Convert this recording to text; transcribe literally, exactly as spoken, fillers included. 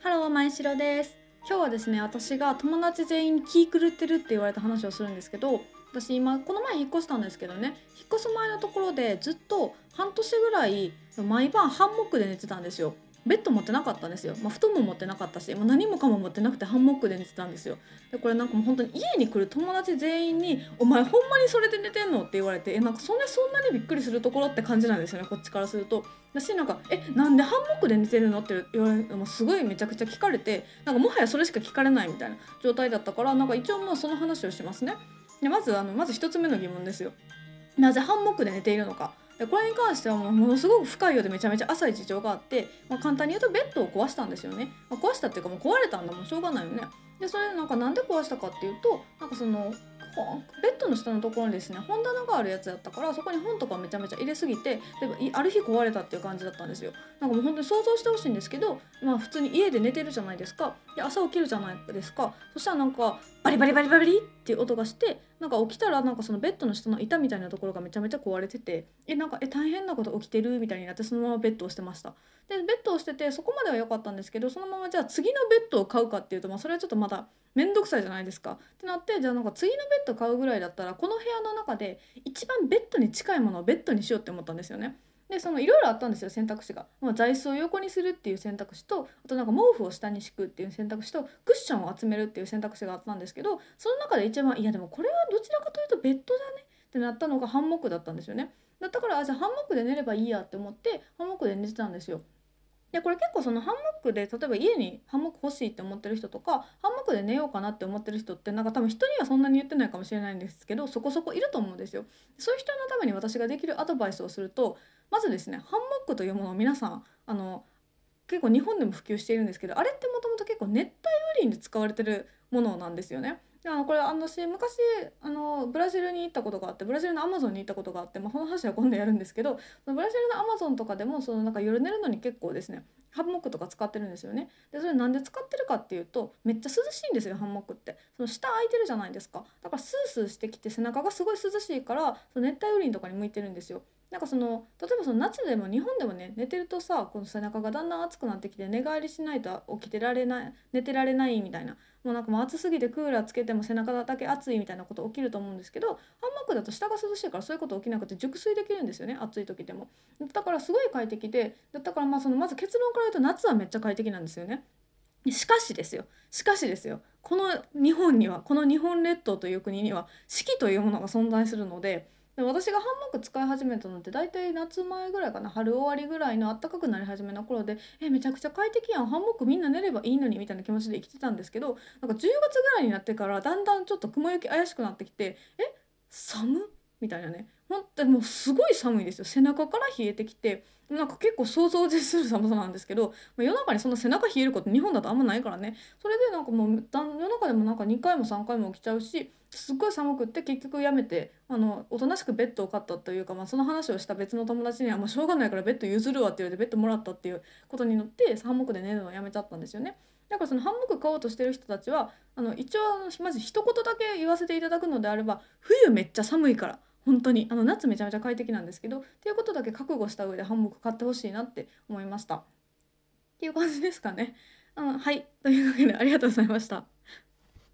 ハロー、前城です。今日はですね、私が友達全員に気狂ってるって言われた話をするんですけど、私今この前引っ越したんですけどね、引っ越す前のところでずっと半年ぐらい毎晩ハンモックで寝てたんですよ。ベッド持ってなかったんですよ。まあ、布団も持ってなかったし、もう何もかも持ってなくてハンモックで寝てたんですよ。で、これなんかもう本当に家に来る友達全員に「お前ほんまにそれで寝てんの？」って言われて、えなんかそんなそんなにびっくりするところって感じなんですよね、こっちからすると。私なんか「えなんでハンモックで寝てるの？」って言われるのもすごいめちゃくちゃ聞かれて、なんかもはやそれしか聞かれないみたいな状態だったから、なんか一応まあその話をしますね。でまずあのまず一つ目の疑問ですよ。なぜハンモックで寝ているのか。でこれに関してはもうものすごく深いようでめちゃめちゃ浅い事情があって、まあ、簡単に言うとベッドを壊したんですよね。まあ、壊したっていうかもう壊れたんだもんしょうがないよね。でそれなんかなんで壊したかっていうと、なんかそのほベッドの下のところにですね本棚があるやつだったから、そこに本とかめちゃめちゃ入れすぎて、でいある日壊れたっていう感じだったんですよ。なんかもう本当に想像してほしいんですけど、まあ普通に家で寝てるじゃないですか。で朝起きるじゃないですか。そしたらなんかバリバリバリバリっていう音がして、なんか起きたらなんかそのベッドの下の板みたいなところがめちゃめちゃ壊れてて、えなんかえ大変なこと起きてるみたいになって、そのままベッドをしてました。でベッドをしててそこまでは良かったんですけど、そのままじゃあ次のベッドを買うかっていうと、まあそれはちょっとまだめんどくさいじゃないですかってなって、じゃあなんか次のベッド買うぐらいだったらこの部屋の中で一番ベッドに近いものをベッドにしようって思ったんですよね。でそのいろいろあったんですよ、選択肢が。まあ、座椅子を横にするっていう選択肢と、あとなんか毛布を下に敷くっていう選択肢と、クッションを集めるっていう選択肢があったんですけど、その中で一番いやでもこれはどちらかというとベッドだねってなったのがハンモックだったんですよね。だったからあじゃあハンモックで寝ればいいやって思ってハンモックで寝てたんですよ。でこれ結構そのハンモックで例えば家にハンモック欲しいって思ってる人とか、ハンモックで寝ようかなって思ってる人ってなんか多分人にはそんなに言ってないかもしれないんですけど、そこそこいると思うんですよ。そういう人のために私ができるアドバイスをすると、まずですねハンモックというものを皆さんあの結構日本でも普及しているんですけど、あれってもともと結構熱帯雨林で使われてるものなんですよね。であのこれあの私昔あのブラジルに行ったことがあって、ブラジルのアマゾンに行ったことがあって、まあ、この話は今度やるんですけど、そのブラジルのアマゾンとかでもそのなんか夜寝るのに結構ですねハンモックとか使ってるんですよね。でそれなんで使ってるかっていうと、めっちゃ涼しいんですよハンモックって。その下空いてるじゃないですか。だからスースーしてきて背中がすごい涼しいから、その熱帯雨林とかに向いてるんですよ。なんかその例えばその夏でも日本でもね寝てるとさ、この背中がだんだん熱くなってきて寝返りしないと起きてられない、寝てられないみたいな、もうなんかもう暑すぎてクーラーつけても背中だけ熱いみたいなこと起きると思うんですけど、ハンモックだと下が涼しいからそういうこと起きなくて熟睡できるんですよね、暑い時でも。だからすごい快適で、だからまあそのまず結論から言うと夏はめっちゃ快適なんですよね。しかしですよしかしですよこの日本には、この日本列島という国には四季というものが存在するので、で私がハンモック使い始めたのって大体夏前ぐらいかな、春終わりぐらいの暖かくなり始めの頃で、えめちゃくちゃ快適やん、ハンモックみんな寝ればいいのにみたいな気持ちで生きてたんですけど、なんかじゅうがつぐらいになってからだんだんちょっと雲行き怪しくなってきて、え寒みたいなね、本当にもうすごい寒いですよ。背中から冷えてきて、なんか結構想像を絶する寒さなんですけど、まあ、夜中にそんな背中冷えること日本だとあんまないからね。それでなんかもうだん夜中でもなんかにかいもさんかいも起きちゃうし、すっごい寒くって結局やめて、あのおとなしくベッドを買ったというか、まあ、その話をした別の友達にはもうしょうがないからベッド譲るわって言われてベッドもらったっていうことになって、ハンモックで寝るのをやめちゃったんですよね。だからそのハンモック買おうとしてる人たちは、あの一応あのまず一言だけ言わせていただくのであれば、冬めっちゃ寒いから本当にあの夏めちゃめちゃ快適なんですけどっていうことだけ覚悟した上でハンモック買ってほしいなって思いましたっていう感じですかね。うん、はい、というわけでありがとうございました。